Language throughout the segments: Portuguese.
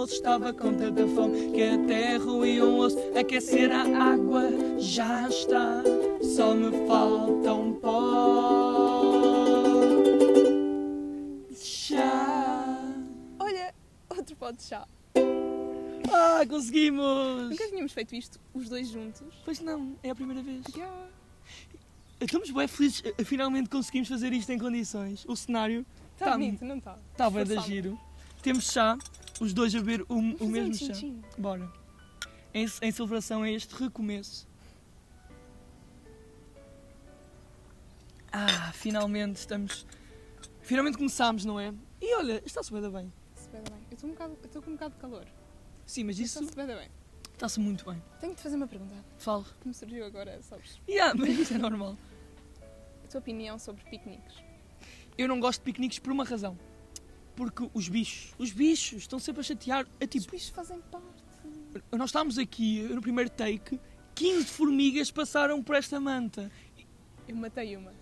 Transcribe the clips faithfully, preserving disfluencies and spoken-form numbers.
almoço estava com tanta fome que até ruí um osso. Aquecer a água já está, só me falta um pó de chá. Olha, outro pó de chá. Ah, conseguimos! Nunca tínhamos feito isto os dois juntos. Pois não, é a primeira vez. Yeah. Estamos bem felizes, finalmente conseguimos fazer isto em condições. O cenário Está tá, bonito, não está? tá bem da giro. Temos chá, os dois a beber o, o mesmo um chá. chin-chin. Bora. Em, em celebração a este recomeço. Ah, finalmente estamos... Finalmente começámos, não é? E olha, está-se bem. Se bem, bem. Eu estou um bocado, eu estou com um bocado de calor. Sim, mas isso Está-se bem, bem. está-se muito bem. Tenho de te fazer uma pergunta Fale. que me surgiu agora, sabes? Yeah, mas isso é normal. A tua opinião sobre piqueniques? Eu não gosto de piqueniques por uma razão. Porque os bichos, os bichos estão sempre a chatear. É Os tipo, bichos fazem parte. nós estávamos aqui no primeiro take, quinze formigas passaram por esta manta. Eu matei uma.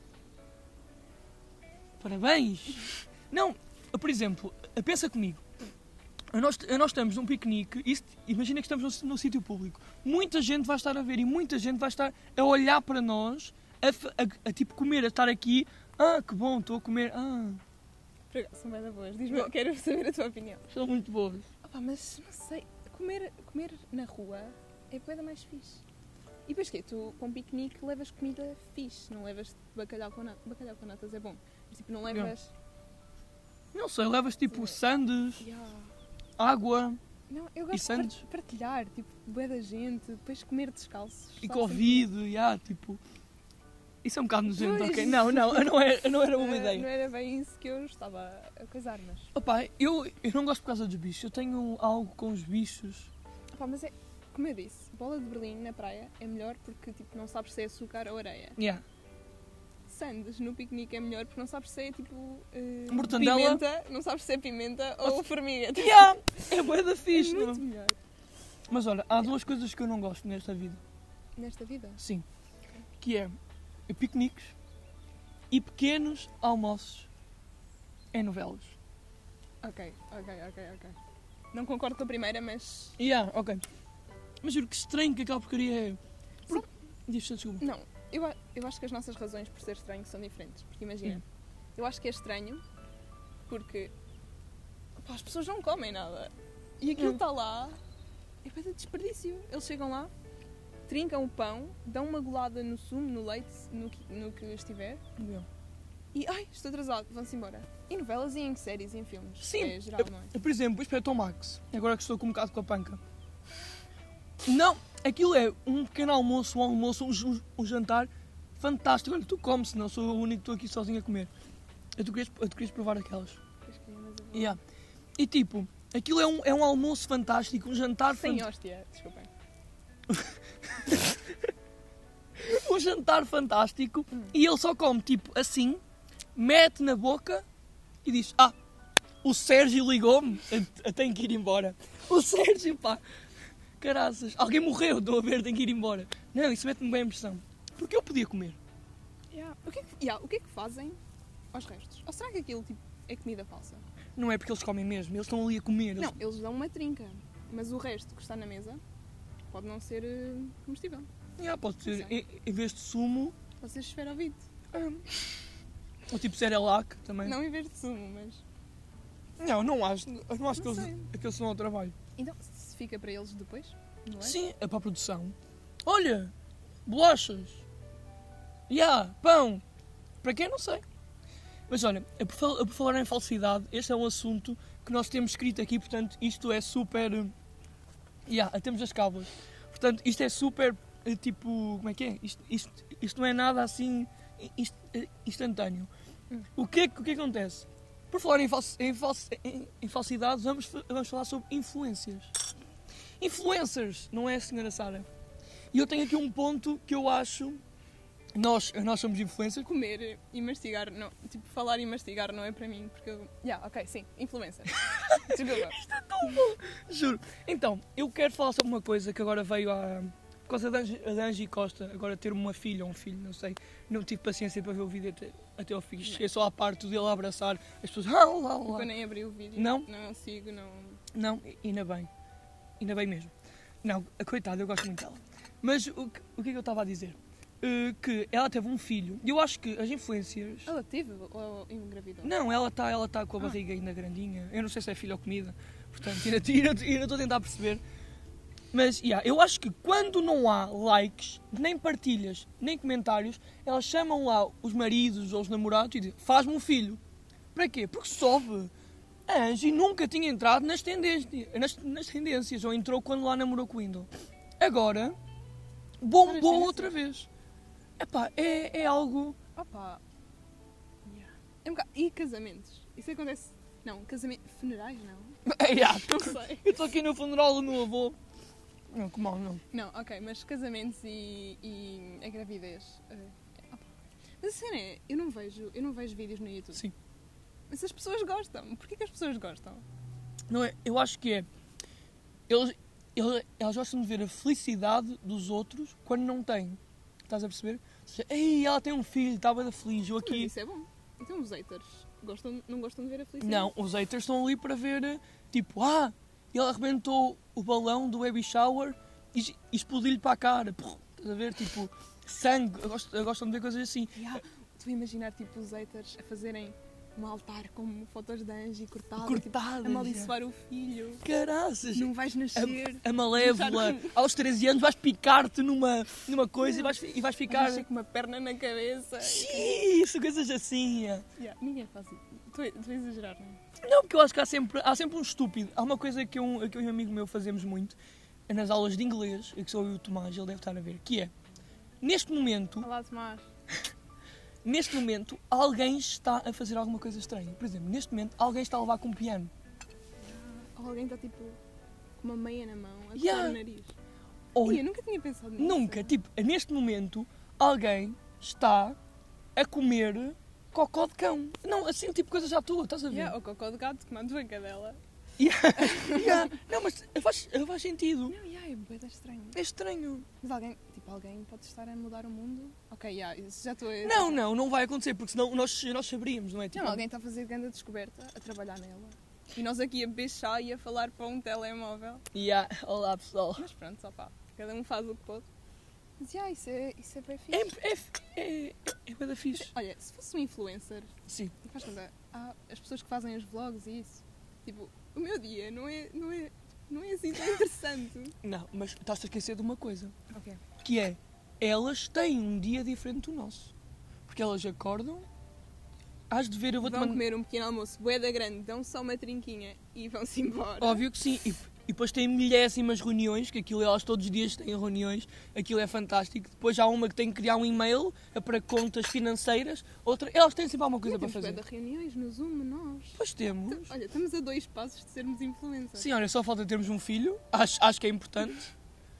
Parabéns! Não, por exemplo, pensa comigo. Nós, nós estamos num piquenique, isto, imagina que estamos num, num sítio público. Muita gente vai estar a ver e muita gente vai estar a olhar para nós, a, a, a tipo comer, a estar aqui. Ah, que bom, estou a comer. Ah, Por acaso, são bem da boas. Diz-me, quero saber a tua opinião. são muito boas. Opa, mas não sei, comer, comer na rua é coisa mais fixe. E depois que tu, com um piquenique, levas comida fixe, não levas bacalhau com natas. Bacalhau com natas é bom, mas tipo, não levas... Não sei, levas tipo sandes, Yeah. água Não, eu e gosto de sandes. par- partilhar, tipo, bué da gente, depois comer descalços. E sabe, Covid, e ah, tipo... Isso é um bocado nojento, Pois. ok? Não, não, não era, não era sempre- uma Eh, ideia. Não era bem isso que eu estava a coisar, mas... Opa, eu, eu não gosto por causa dos bichos, eu tenho algo com os bichos. Opa, mas é, como eu disse, bola de Berlim na praia é melhor porque tipo, não sabes se é açúcar ou areia. Yeah. Sandes no piquenique é melhor porque não sabes se é tipo eh, Mortandela. pimenta, não sabes se é pimenta ou formiga. Yeah, é bué da É fixe, não? muito melhor. Mas olha, há duas coisas que eu não gosto nesta vida. Nesta vida? Sim. Que é piqueniques e pequenos almoços em novelas. Ok, ok, ok, ok. Não concordo com a primeira, mas... Yeah, ok. Mas juro que estranho que aquela porcaria é. Por... Diz-te, desculpa. Não, eu, a- eu acho que as nossas razões por ser estranho são diferentes. Porque imagina, Hum. eu acho que é estranho porque pá, as pessoas não comem nada. E aquilo Hum. está lá, é para desperdício. Eles chegam lá, trincam o pão, dão uma golada no sumo, no leite, no que, no que estiver. Yeah. E, ai, estou atrasado, vão-se embora. Em novelas e em séries e em filmes. Sim, É geral, não é? eu, por exemplo, o Inspector Max, agora que estou com um bocado com a panca. Não, aquilo é um pequeno almoço, um almoço, um, um, um jantar fantástico. Olha, tu comes, senão sou o único que estou aqui sozinho a comer. Eu tu querias, eu tu querias provar aquelas. Pois que é, mas eu vou- Yeah. E tipo, aquilo é um, é um almoço fantástico, um jantar Sem fantástico. hóstia, desculpem. Um jantar fantástico e ele só come tipo assim, mete na boca e diz: Ah, o Sérgio ligou-me, eu, eu tenho que ir embora. O Sérgio, pá, caraças, alguém morreu, estou a ver, tenho que ir embora. Não, isso mete-me bem a impressão. Porque eu podia comer. Yeah. O, que é que, yeah, o que é que fazem aos restos? Ou será que aquilo tipo, é comida falsa? Não é porque eles comem mesmo, eles estão ali a comer. Eles... Não, eles dão uma trinca, mas o resto que está na mesa pode não ser eh, comestível. Yeah, pode ser, Sim. em, em vez de sumo, Pode ser esferovite. ou tipo Cerelac também. Não em vez de sumo, mas... Não, não acho, eu não acho que Não eles, sei. aqueles são ao trabalho. Então, se fica para eles depois, não é? Sim, é para a produção. Olha, bolachas. Ya, pão. Para quem? Não sei. Mas olha, a por, fal- a por falar em falsidade, este é um assunto que nós temos escrito aqui, portanto, isto é super... Ya, temos as cábulas. Portanto, isto é super, eh, tipo, como é que é? Isto, isto, isto não é nada assim inst- eh, instantâneo. Hum. O que, é que- o que acontece? Por falar em, falsi- em, falsi- em- em falsidades, vamos, fa- vamos falar sobre influências. Influencers, não é, senhora Sara? E eu tenho aqui um ponto que eu acho... Nós, nós somos influencers. Comer e mastigar, não. Tipo, falar e mastigar não é para mim, porque eu... Yeah, ok, sim, influencer. Desculpa. Juro. Então, eu quero falar sobre uma coisa que agora veio a... Por causa da Angie, da Angie Costa, agora ter uma filha ou um filho, não sei. Não tive paciência para ver o vídeo até, até ao fim. Cheguei só à parte dele a abraçar as pessoas. Ah, lá, lá. Eu nem abri o vídeo. Não? Não sigo, não... Não, ainda bem. Ainda bem mesmo. Não, a coitada, eu gosto muito dela. Mas o que, o que é que eu estava a dizer? Uh, que ela teve um filho. E eu acho que as influências... Ela teve ou engravidou? Não, ela está ela tá com a Ah. barriga ainda grandinha. Eu não sei se é filho ou comida. Portanto, ainda ainda- ainda estou a tentar perceber. Mas, yeah, eu acho que quando não há likes, nem partilhas, nem comentários, elas chamam lá os maridos ou os namorados e dizem, faz-me um filho. Para quê? Porque soube. A Angie nunca tinha entrado nas tendências, nas, nas tendências, ou entrou quando lá namorou com o Wendell. Agora, bombou tendências? outra vez. Epá, é, é algo... Opa! Yeah. É um bocado... E casamentos? Isso acontece... Não, casamento... Funerais, não? Yeah, Não sei. eu estou aqui no funeral do meu avô. Não, que mal, não. Não, ok, mas casamentos e, e a gravidez... eh, opa. Mas a cena é, eu não vejo, eu não vejo vídeos no YouTube. Sim. Mas as pessoas gostam. Porquê que as pessoas gostam? Não é? Eu acho que é... Eles, eles, elas gostam de ver a felicidade dos outros quando não têm. Estás a perceber? Ou seja, ei, ela tem um filho, estava da feliz, eu Mas aqui... isso é bom. Então os haters gostam, não gostam de ver a felicidade? Não, os haters estão ali para ver, tipo, ah, ele arrebentou o balão do baby shower e, e explodiu-lhe para a cara. Pô, estás a ver? Tipo, sangue. Eu gosto, eu gosto de ver coisas assim. Yeah. Tu a imaginar tipo os haters a fazerem um altar com fotos de anjo e cortado, Cortadas, tipo, amaldiçoar o filho. Caraças! Não vais nascer. A, a malévola, Deixar- aos treze anos vais picar-te numa, numa coisa e vais, e vais ficar... Vais nascer com uma perna na cabeça. Isso, coisas assim. Yeah, ninguém faz isso. Estou a- estou a exagerar, não é? Não, porque eu acho que há sempre, há sempre um estúpido. Há uma coisa que eu, que eu e um amigo meu fazemos muito, é nas aulas de inglês, que sou eu e o Tomás, ele deve estar a ver, que é, neste momento, Olá, Tomás. neste momento, alguém está a fazer alguma coisa estranha. Por exemplo, neste momento, alguém está a levar com um piano. Ou alguém está tipo com uma meia na mão a coçar Yeah. o nariz. Ou, Ih, eu nunca tinha pensado nisso. nunca, tipo, neste momento, alguém está a comer cocó de cão. Não, assim, tipo, coisa já tua, estás a ver? Yeah, o cocó de gato que manda a cadela. Yeah. Yeah. Não, mas faz, faz sentido. Não, yeah, é bué da estranho. É estranho. Mas alguém, tipo, alguém pode estar a mudar o mundo? Ok, yeah, isso já estou a... Não, não, não vai acontecer, porque senão nós, nós saberíamos, não é? Tipo, Não, alguém está a fazer grande descoberta, a trabalhar nela. E nós aqui a beijar e a falar para um telemóvel. Yeah. Olá, pessoal. Mas pronto, só pá, cada um faz o que pode. Mas yeah, isso é, isso é bem fixe. É, é, é, é coisa fixe. Olha, se fosse um influencer, Sim. faz conta, há as pessoas que fazem os vlogs e isso, tipo, o meu dia não é, não é, não é assim tão interessante. Não, mas estás a esquecer de uma coisa. Ok. Que é, elas têm um dia diferente do nosso. Porque elas acordam, has de ver, eu vou-te Vão mandar... comer um pequeno almoço, bué da grande, dão só uma trinquinha e vão-se embora. Óbvio que sim. E, e depois têm milésimas reuniões, que aquilo elas todos os dias têm reuniões, aquilo é fantástico. Depois há uma que tem que criar um e-mail para contas financeiras, outra... Elas têm sempre alguma coisa Também para temos bué fazer. de reuniões no Zoom, nós. Pois temos. Olha, estamos a dois passos de sermos influencers. Sim, olha, só falta termos um filho, acho, acho que é importante.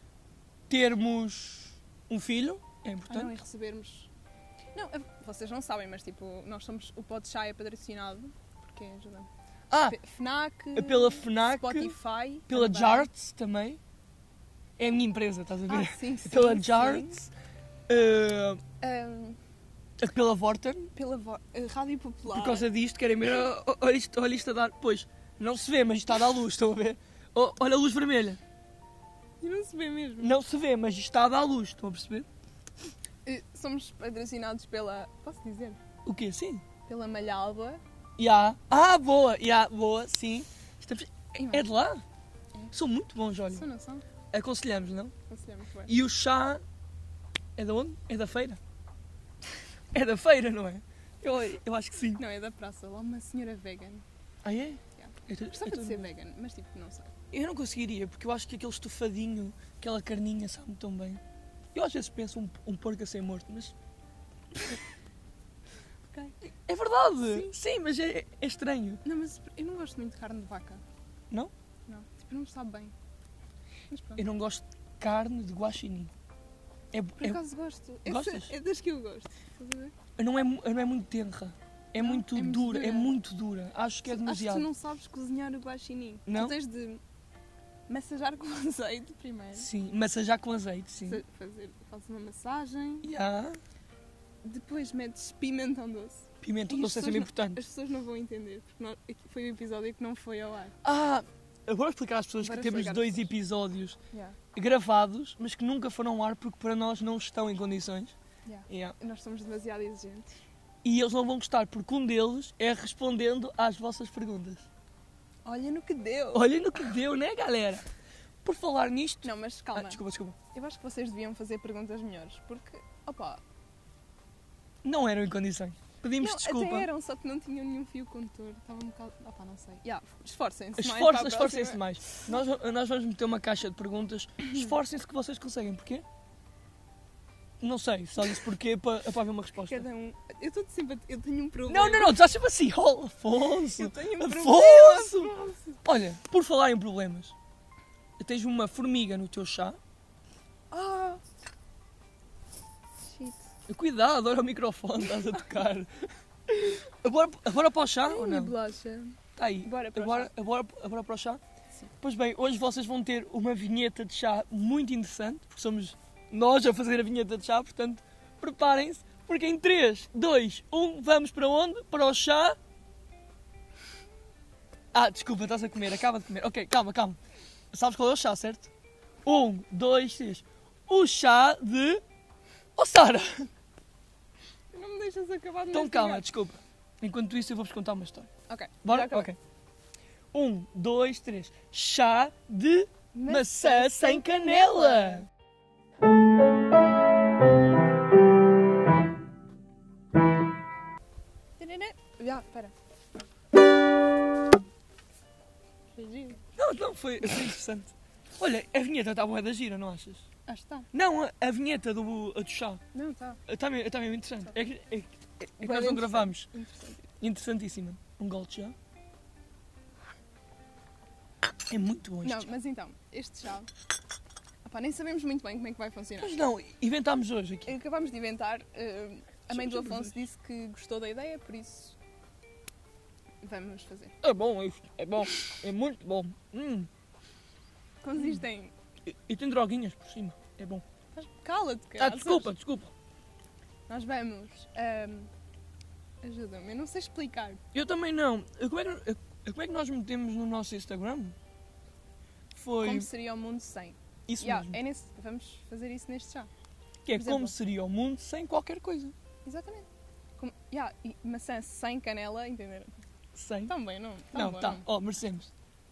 Termos um filho, é Ah, importante. não, e recebermos... Não, eh, vocês não sabem, mas tipo, nós somos... O Pod Chai é patrocinado, porque ajuda Ah, FNAC, pela FNAC, Spotify... pela também. Jarts também. É a minha empresa, estás a ver? Ah, sim, sim, pela sim. Jarts, eh, Ahm, pela Vorten, pela vo- eh, Rádio Popular. por causa disto, querem ver? Oh, Olha isto, olha isto a dar. Pois, não se vê, mas isto está a dar luz, estão a ver? Oh, olha a luz vermelha. E não se vê mesmo. Não se vê, mas isto está a dar luz, estão a perceber? Eh, Somos patrocinados pela... Posso dizer? O quê? Sim. Pela Malhalva. Ya. Ah, boa, ya, boa, sim. Estamos- E É de lá? É. São muito bons, olha. São, não são? Aconselhamos, não? Aconselhamos, bué. E o chá é de onde? É da feira? É da feira, não é? Eu, eu acho que sim. Não, é da praça. Lá uma senhora vegan. Ah, é? Yeah. Eu, tô- Gostava eu tô- de ser vegan, mas tipo, não sei. eu não conseguiria, porque eu acho que aquele estofadinho, aquela carninha sabe tão bem. Eu às vezes penso um, um porco a ser morto, mas. Ok. É verdade! Sim, mas é, é estranho. Não, mas eu não gosto muito de carne de vaca. Não? Não. Tipo, não me sabe bem. Mas pronto. Eu não gosto de carne de guaxinim. É, Por é- acaso gosto. Essa Gostas? é das que eu gosto. Estás a ver? não, é, mu- não é muito tenra. É Não? muito É muito dura, é dura. muito dura. Acho que é Acho que demasiado. tu não sabes cozinhar o guaxinim. Não? Tu tens de massajar com azeite primeiro. Sim, massajar com azeite, sim. Fa- Fazer, fazes uma massagem. Ya. Depois metes pimentão doce. Pimenta E as doce é pessoas sempre não- importante. As pessoas não vão entender, porque nós- aqui foi o episódio que não foi ao ar. Ah, agora explicar às pessoas Agora que temos explicar às dois pessoas. episódios Yeah. gravados, mas que nunca foram ao ar porque para nós não estão em condições. Yeah. Yeah. Nós somos demasiado exigentes. E eles não vão gostar porque um deles é respondendo às vossas perguntas. Olha no que deu! Olhem no que deu, né, galera? Por falar nisto... Não, mas Ah, calma. desculpa, desculpa. Eu acho que vocês deviam fazer perguntas melhores, porque, opa, Não eram em condições. Pedimos não, desculpa. até eram, só que não tinham nenhum fio condutor. Estava um bocado, opa, não sei. Yeah, esforcem-se mais Esforçem- para a Esforcem-se próxima. mais. Nós, nós vamos meter uma caixa de perguntas. Esforcem-se que vocês conseguem. Porquê? Não sei. Só disse porquê para, para haver uma resposta. Cada um... Eu estou sempre... a- Eu tenho um problema. Não, não, não. Tu estás sempre assim. Oh, Afonso. Eu tenho um Afonso. problema, Afonso. Olha, por falar em problemas. Tens uma formiga no teu chá. Ah! Shit. Cuidado, olha o microfone. Estás a tocar. Agora, agora para o chá Ai, ou minha não? bolacha. Está aí. Bora para o agora, chá. agora, agora para o chá? Sim. Pois bem, hoje vocês vão ter uma vinheta de chá muito interessante, porque somos nós a fazer a vinheta de chá, portanto, preparem-se, porque em três, dois, um, vamos para onde? Para o chá. Ah, desculpa, estás a comer, acaba de comer. Ok, calma, calma. Sabes qual é o chá, certo? Um, dois, três. O chá de... Oh, Sara! Tu não me deixas acabar de Então mastigar. calma, desculpa. Enquanto isso eu vou-vos contar uma história. Ok. Bora? já acabei. Ok. Um, dois, três. Chá de maçã sem canela. Tarará. Já, espera. Foi giro. Não, não, foi, foi interessante. Olha, a vinheta está boa da gira, não achas? Acho que está. Não, a, a vinheta do, a do chá. Não, está. Está mesmo, está mesmo interessante. É que, é, que- é que Bué nós não interessante. gravamos. Interessante. Interessantíssima. Um gol de chá. É muito bom Não, isto. mas então, este chá... Opá, nem sabemos muito bem como é que vai funcionar. Mas não, inventámos hoje aqui. Acabámos de inventar. eh, a mãe do Somos Afonso dois. disse que gostou da ideia, por isso... Vamos fazer. É bom isto, é bom. É muito bom. Hum. Consiste em... E, e tem droguinhas por cima. É bom. Cala-te, Ah, cara. desculpa, desculpa. Nós vamos... ehm, ajuda-me, eu não sei explicar. Eu também não. Como é que, como é que nós metemos no nosso Instagram? Foi Como seria o mundo sem. isso Yeah, mesmo. é nesse, vamos fazer isso neste chá. Que é por exemplo. como seria o mundo sem qualquer coisa. Exatamente. Como, yeah, e maçã sem canela, entenderam? Sem. Também, não? Tá não, bom, tá. não. Oh, merecemos.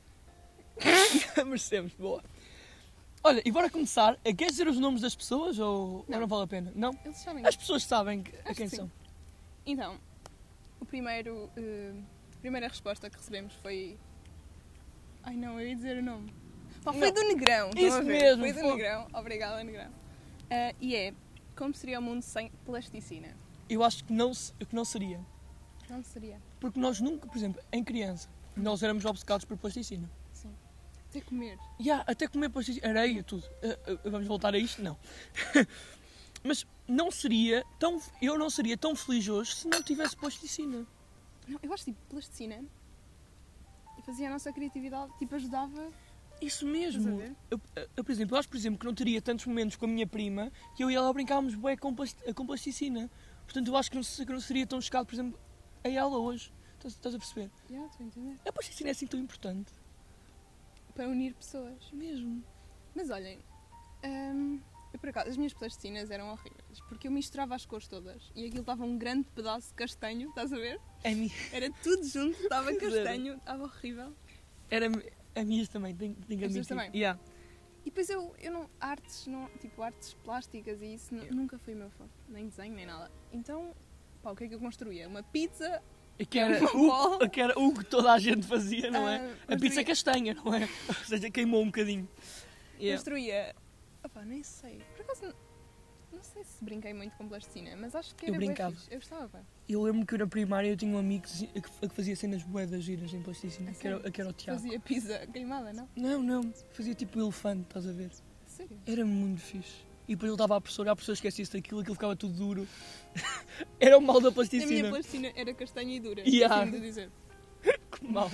merecemos, boa. Olha, e bora começar. Eh, Queres dizer os nomes das pessoas ou não, Não. ou não vale a pena? Não? Eles sabem. As pessoas sabem que- a Acho quem que sim. são. Então, o primeiro, eh, a primeira resposta que recebemos foi... Ai não, eu ia dizer o nome. Pá, foi Não. do Negrão, estão Isso a ver? mesmo, Foi do foi. Negrão. Obrigada, Negrão. Ah, e é, como seria o mundo sem plasticina? Eu acho que não, se- que não seria. Não seria. Porque nós nunca, por exemplo, em criança, nós éramos obcecados por plasticina. Sim. Até comer. E há até comer plasticina, areia, tudo. Eh, eh, vamos voltar a isto? Não. Mas não seria tão. Eu não seria tão feliz hoje se não tivesse plasticina. Não, eu acho que tipo, plasticina fazia a nossa criatividade, tipo, ajudava. Isso Estás a mesmo. ver? Eu, eu, por exemplo, eu acho, por exemplo, que não teria tantos momentos com a minha prima que eu e ela brincávamos bué com, plasti com plasticina. Portanto, eu acho que não, se- que não seria tão chegado, por exemplo, a ela hoje. Estás, estás a perceber? Já, estou a entender. A plasticina é assim tão importante. Para unir pessoas. Mesmo. Mas olhem, hum, eu por acaso, as minhas plasticinas eram horríveis, porque eu misturava as cores todas e aquilo estava um grande pedaço de castanho, estás a ver? A minha, Era tudo junto, estava Pois era. castanho, estava horrível. era a minhas também, tenho, tenho que As tuas admitir. também? Yeah. E depois eu, eu não, artes, não, tipo artes plásticas e isso, nu- Yeah. nunca foi o meu forte, nem desenho, nem nada. Então, pá, o que é que eu construía? Uma pizza, Que era, Uma bola. o, que era o que toda a gente fazia, não é? ah, A construía- pizza castanha, não é? Ou seja, queimou um bocadinho. Yeah. construía, opá, nem sei, por acaso, não, não sei se brinquei muito com plasticina, mas acho que Eu era bué brincava. fixe. Eu gostava, pá. Eu lembro que na primária eu tinha um amigo que, que que fazia cenas boedas giras em plasticina, A que era, sério? que era o Tiago. Fazia pizza queimada, não? Não, não, fazia tipo um elefante, estás a ver? Sério? Era muito fixe. E depois ele dava à professora, a professora esquecia-se daquilo, aquilo ficava tudo duro. Era o mal da A minha plasticina. plasticina era castanha e dura, Yeah. assim de dizer. Que mal.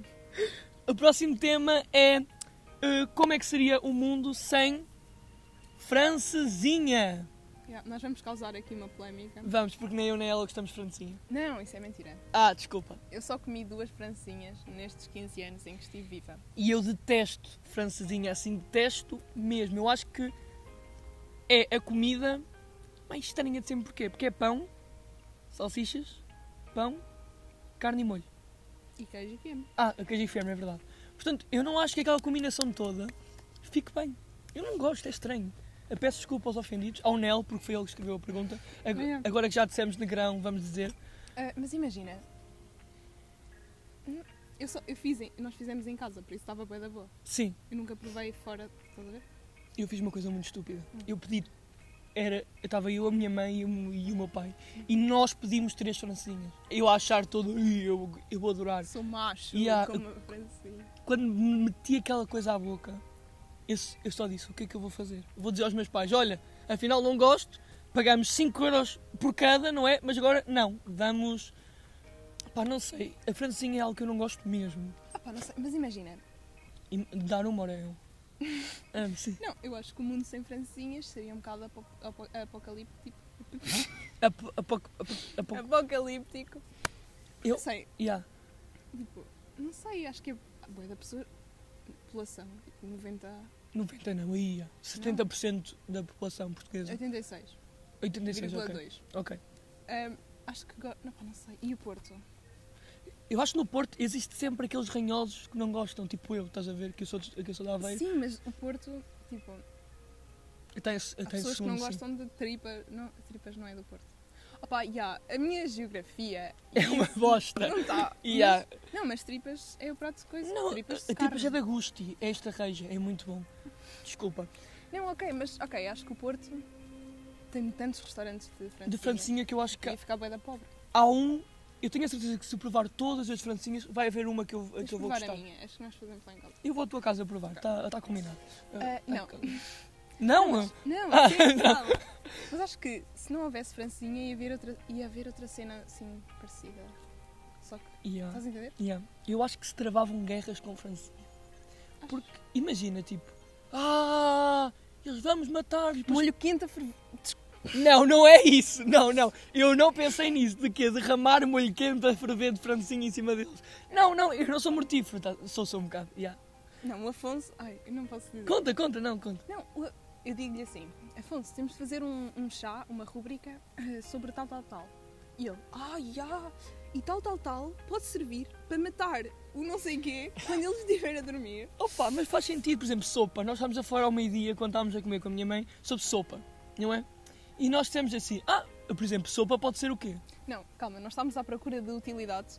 O próximo tema é eh, como é que seria o mundo sem francesinha? Yeah, nós vamos causar aqui uma polémica. Vamos, porque nem eu nem ela gostamos de francesinha. Não, isso é mentira. Ah, desculpa. Eu só comi duas francesinhas nestes quinze anos em que estive viva. E eu detesto francesinha, assim, detesto mesmo. Eu acho que é a comida mais estranha de sempre. Porquê? Porque é pão, salsichas, pão, carne e molho. E queijo e queijo. Ah, a queijo e ferro, é verdade. Portanto, eu não acho que aquela combinação toda fique bem. Eu não gosto, é estranho. Eu peço desculpa aos ofendidos, ao Nel, porque foi ele que escreveu a pergunta. Agora, É. agora que já dissemos negrão, vamos dizer. Ah, mas imagina, eu só, eu fiz, em- nós fizemos em casa, por isso estava bem da boa. Sim, Eu nunca provei fora, estás a ver? eu fiz uma coisa muito estúpida. Hum. Eu pedi, era, eu estava eu, a minha mãe e o, e o meu pai. E nós pedimos três francesinhas. Eu a achar todo, "Ih, eu, eu vou adorar. Sou macho, Yeah, como a francesinha. Quando me meti aquela coisa à boca, eu, eu só disse, o que é que eu vou fazer? Vou dizer aos meus pais, olha, afinal não gosto, pagamos cinco euros por cada, não é? Mas agora, não, vamos... Pá, não sei, a francesinha é algo que eu não gosto mesmo. Ah pá, não sei, mas imagina, E dar uma hora eu. Ah, sim. não, eu acho que o mundo sem francesinhas seria um bocado apo, apo, apocalíptico. Apo- apo- apo- apo- Apocalíptico. Eu- Não sei, yeah. tipo, não sei, acho que é boa da pessoa, população, tipo, noventa, noventa não, aí ia. setenta por cento da população portuguesa. oitenta e seis oitenta e seis, vírgula ok. dois. Ok. Ahm, acho que, go- não, pá, não sei, e o Porto? Eu acho que no Porto existe sempre aqueles ranhosos que não gostam, tipo eu, estás a ver, que eu sou de, que eu sou de Aveiro. Sim, mas o Porto, tipo, Até, há até pessoas que segundo, não sim. gostam de tripa, não, tripas não é do Porto. Opa, yeah, a minha geografia É uma bosta. não está. Yeah. Não, mas tripas é o prato de coisa. Não, tripas a de tripas carne. é da Gusti, é esta reja, é muito bom. Desculpa. Não, ok, mas ok, acho que o Porto tem tantos restaurantes de francesinha. De francesinha que eu acho que ia ficar bem da pobre. há um... Eu tenho a certeza que se eu provar todas as francesinhas, vai haver uma que eu, Tens que eu vou provar gostar. a minha, acho que nós fazemos lá em casa. Eu vou à tua casa provar, está tá combinado. Ah, não. Não? Mas- não, Ah, sim, não. não. Mas acho que se não houvesse francesinha ia haver outra, ia haver outra cena assim parecida. Só que, Yeah. estás a entender? Yeah. Eu acho que se travavam guerras com francesinha. Porque, imagina, tipo... Ah, eles vamos matar... e depois- Molho quente a ferver. Não, não é isso. Não, não. Eu não pensei nisso. De quê? Derramar molho quente a ferver de francesinha em cima deles. Não, não. Eu não sou mortífero. Tá? Sou só um bocado. Yeah. Não, o Afonso. Ai, eu não posso dizer. Conta, conta. Não, conta. Não, o- eu digo-lhe assim: Afonso, temos de fazer um, um chá, uma rubrica eh, sobre tal, tal, tal. E ele, ah, já, e tal, tal, tal, pode servir para matar o não sei quê quando eles estiverem a dormir. Opa, mas faz sentido. Por exemplo, sopa. Nós estávamos a falar ao meio-dia, quando estávamos a comer com a minha mãe, sobre sopa. Não é? E nós dissemos assim, ah, por exemplo, sopa pode ser o quê? Não, calma, nós estamos à procura de utilidades.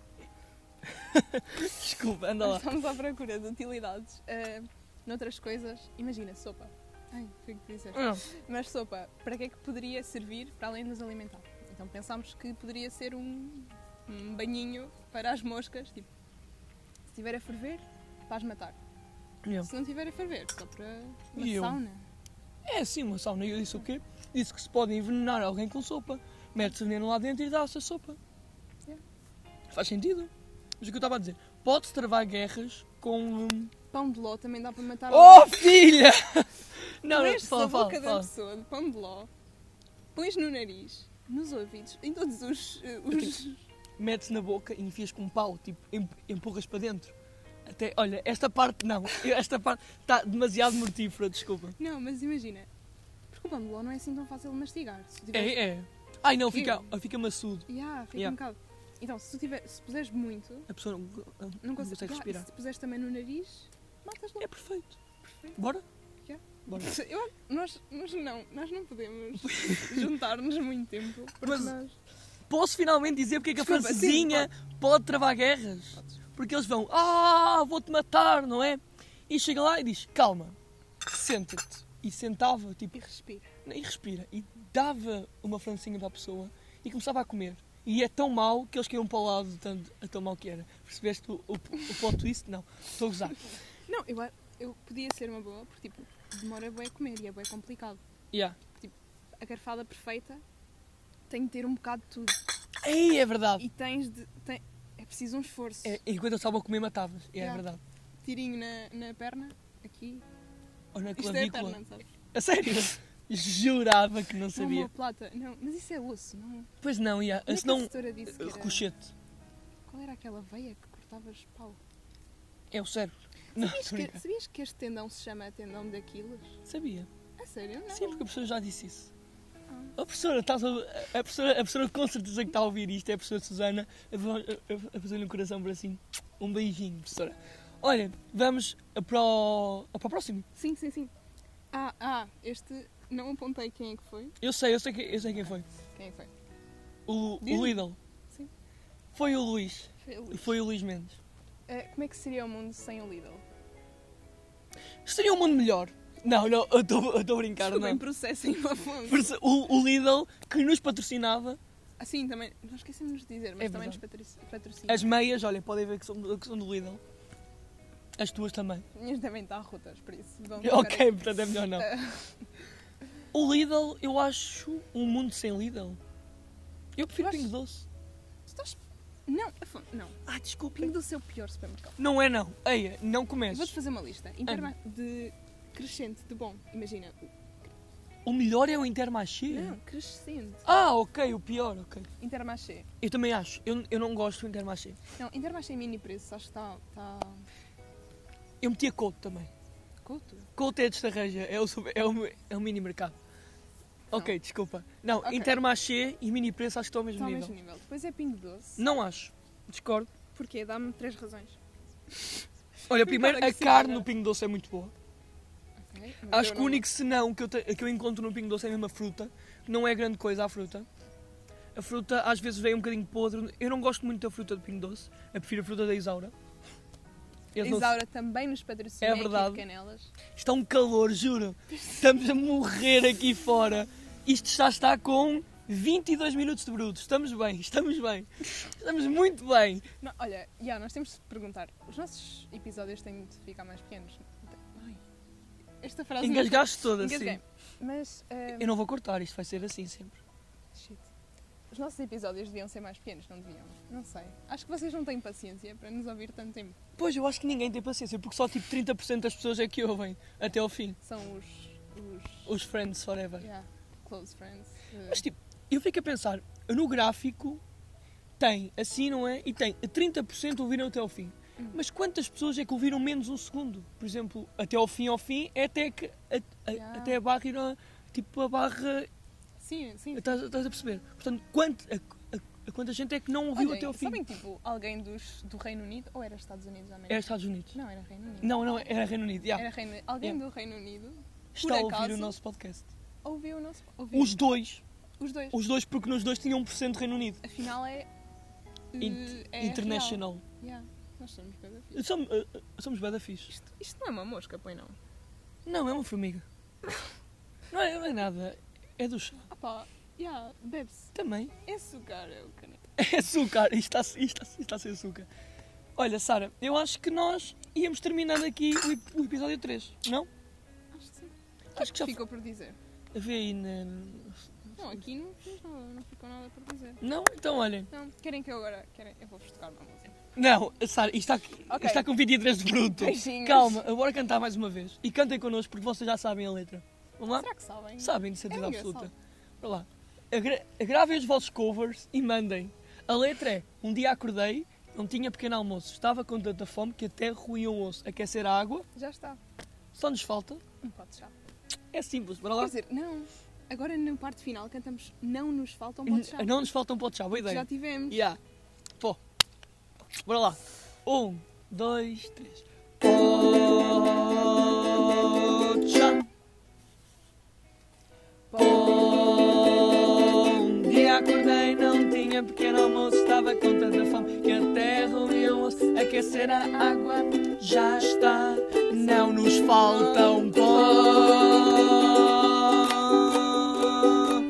Desculpa, anda Nós lá. estamos à procura de utilidades eh, noutras coisas. Imagina, sopa. Ai, foi o que tu disseste. Não. Mas sopa, para que é que poderia servir para além de nos alimentar? Então pensámos que poderia ser um, um banhinho para as moscas, tipo, se estiver a ferver, para as matar. Yeah. Se não estiver a ferver, só para uma E eu? sauna. É sim, uma sauna. E eu disse o quê? Disse que se pode envenenar alguém com sopa. Mete-se veneno lá dentro e dá-se a sopa. Yeah. Faz sentido. Mas o que eu estava a dizer? Pode-se travar guerras com... hum, Pão de ló também dá para matar Oh, filha! Não, não, Enches fala, a fala, boca da fala. pessoa de pão de ló, pões no nariz, nos ouvidos, em todos os... eh, os... Metes na boca e enfias com um pau, tipo, em- empurras para dentro. Até, olha, esta parte não. Eu- Esta parte está demasiado mortífera, desculpa. Não, mas imagina, porque o pão de ló não é assim tão fácil de mastigar. Se tu tiveres... É, é. Ai não, Quê? fica, fica maçudo. Yeah, fica Yeah. um bocado. Então, se tu tiver, se puseres muito, A pessoa não, não, não consegues consegue yeah, respirar. e se tu puseres também no nariz, matas logo. É perfeito. Perfeito. Bora? Yeah. Bora. Eu, nós, nós não, nós não podemos juntar-nos muito tempo, porque Mas- nós... Posso finalmente dizer porque é que a Desculpa, francesinha pode travar guerras? Porque eles vão, ah, vou-te matar, não é? E chega lá e diz, calma, senta-te. E sentava, tipo, E respira. e respira. E dava uma francesinha para a pessoa e começava a comer. E é tão mau que eles caíam para o lado de tanto, a tão mau que era. Percebeste o, o, o plot twist? Não, estou a gozar. Não, eu, a- eu podia ser uma boa, porque tipo, demora bué a comer e é bué complicado. Yeah. A garfada perfeita tem de ter um bocado de tudo. Ei, é verdade. E tens de... Tem, é preciso um esforço. É, enquanto eu estava a comer, matavas. É, Yeah. é verdade. Tirinho na, na perna, aqui. Ou na Isto é a clavícula. perna, sabes? A sério? Jurava que não Não, sabia. plata. Não, mas isso é osso, não? Pois não, ia. Como é Se que a não, professora disse que era... ricochete. Qual era aquela veia que cortavas pau? É o cérebro. Não, Sabias estou a que, brincar. sabias que este tendão se chama tendão de Aquiles? Sabia. A sério? Não. Sim, porque a professora já disse isso. Ah. A professora, estás a, a, professora, a professora com certeza que está a ouvir isto, é a professora Susana, a, a, a fazer-lhe um coração para assim. Um beijinho, professora. Olha, vamos para o, para o próximo. Sim, sim, sim. Ah, ah, este... Não apontei quem é que foi. Eu sei, eu sei, que, eu sei quem foi. Quem é que foi? O, o Diz-me. Lidl. Sim. Foi o Luís. Foi o Luís. Foi o Luís Mendes. Eh, como é que seria o mundo sem o Lidl? Seria um mundo melhor. Não, não, eu estou a brincar, Desculpem, não. processem o Afonso. Porque O, o Lidl que nos patrocinava, Ah, sim, também. Não esquecemos de dizer, mas É também nos verdade. patroci- patrocina. as meias, olha, podem ver que são, que são do Lidl. As tuas também. As minhas devem estar rotas, por isso. Vão Ok, ficar portanto é melhor não. Ah, O Lidl, eu acho um mundo sem Lidl. Eu prefiro Eu acho- Pingo Doce. tu estás... Não, Afonso, não. Ah, desculpa. Pingo do seu pior supermercado. Não é não. Eia, não Eu comeces. vou-te fazer uma lista. Em termos de crescente, de bom. Imagina. O melhor é o Intermarché? Não, crescente. Ah, ok, o pior, ok. Intermarché. Eu também acho. Eu, eu não gosto do Intermarché. Não, Intermarché em mini preço, acho que está... Está... Eu metia Couto também. Couto? Couto é de Estarreja, é o, super- é o, é o mini mercado. Ok, desculpa. Não, Ok. Intermarché e mini preço acho que estão ao mesmo Está ao nível. mesmo nível. Depois é Pingo Doce. Não acho. Discordo. Porquê? Dá-me três razões. Olha, Fui primeiro, para a agressiva. carne no Pingo Doce é muito boa. Ok, mas Acho eu que o não- único senão que eu, te- que eu encontro no Pingo Doce é mesmo a fruta. Não é grande coisa a fruta. A fruta às vezes vem um bocadinho podre. Eu não gosto muito da fruta do Pingo Doce. Eu prefiro a fruta da Isaura. Eles não- Isaura também nos patrocina É aqui verdade. de Canelas. Está um calor, juro. Estamos a morrer aqui fora. Isto já está com vinte e dois minutos de bruto. Estamos bem, estamos bem. Estamos muito bem. Não, olha, já, nós temos de perguntar. Os nossos episódios têm de ficar mais pequenos. Ai, esta frase... não- Engasgaste toda, assim. Engasguei. Mas... eh, Eu não vou cortar, isto vai ser assim sempre. shit. Os nossos episódios deviam ser mais pequenos, não deviam? Não sei. Acho que vocês não têm paciência para nos ouvir tanto tempo. Pois, eu acho que ninguém tem paciência, porque só tipo trinta por cento das pessoas é que ouvem até ao fim. São os... Os... Os friends forever. Yeah, close friends. Eh, Mas tipo, eu fico a pensar, no gráfico tem assim, não é? E tem trinta por cento ouviram até ao fim. Hum. Mas quantas pessoas é que ouviram menos um segundo? Por exemplo, até ao fim, ao fim, é até, que, a- a- Yeah. até a barra ir a, tipo a barra. sim, sim. Estás, estás a perceber? Portanto, quanto, a, a- a quanta gente é que não ouviu Olhem, até ao fim? sabem, tipo, alguém dos, do Reino Unido, ou era Estados Unidos da América? Era Estados Unidos. Não, era Reino Unido. Não, não, era Reino Unido. yeah. Era Reino... Alguém Yeah. do Reino Unido Está a ouvir acaso- o nosso podcast. ouviu o nosso... Ouviu. Os dois. Os dois. Os dois, porque nos dois tinham um por cento de Reino Unido. Afinal é... eh, Int- é International. real. Yeah. Nós somos bem da fixe. Somos, uh, uh, somos bué da fixe. Isto, isto não é uma mosca, pois não? Não, é uma formiga. Não é, não é nada. É do chá. Ah pá, yeah, bebe-se. Também. É açúcar, é o caneco. É açúcar. Isto está, isto está, isto está sem açúcar. Olha, Sara, eu acho que nós íamos terminando aqui o, ep- o episódio três. Não? Acho que sim. Acho que já Ficou por dizer. Vê aí na... Não, aqui não fiz nada, não ficou nada por dizer. Não? Então olhem. Não, querem que eu agora... Querem... Eu vou-vos tocar uma música. Não, Sara, isto está, isto Ok. está com vinte e três de bruto. Beijinhos. Calma, bora cantar mais uma vez. E cantem connosco porque vocês já sabem a letra. Vamos lá? Será que sabem? Sabem, de certeza É absoluta. engraçado. Bora lá. Agra gravem os vossos covers e mandem. A letra é: um dia acordei, não tinha pequeno almoço, estava com tanta fome que até ruía um osso. Aquecer a água, Já está. só nos falta. Um pote de chá. É simples, bora Quer lá. dizer, não. Agora na parte final cantamos Não nos falta um pote de chá. Não nos falta um pote de chá, boa Já ideia. tivemos. Yeah. Pô. Bora lá. Um, dois, três. Pote de chá. Um dia acordei, não tinha pequeno almoço, estava com tanta fome que até ruía o osso. Aquecer a água já está, não nos falta um pó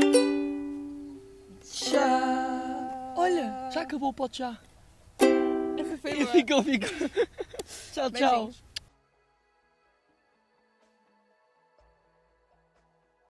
de chá. Olha, já acabou o pote de chá. Essa foi E boa. ficou, ficou. Tchau, tchau. Beijinhos.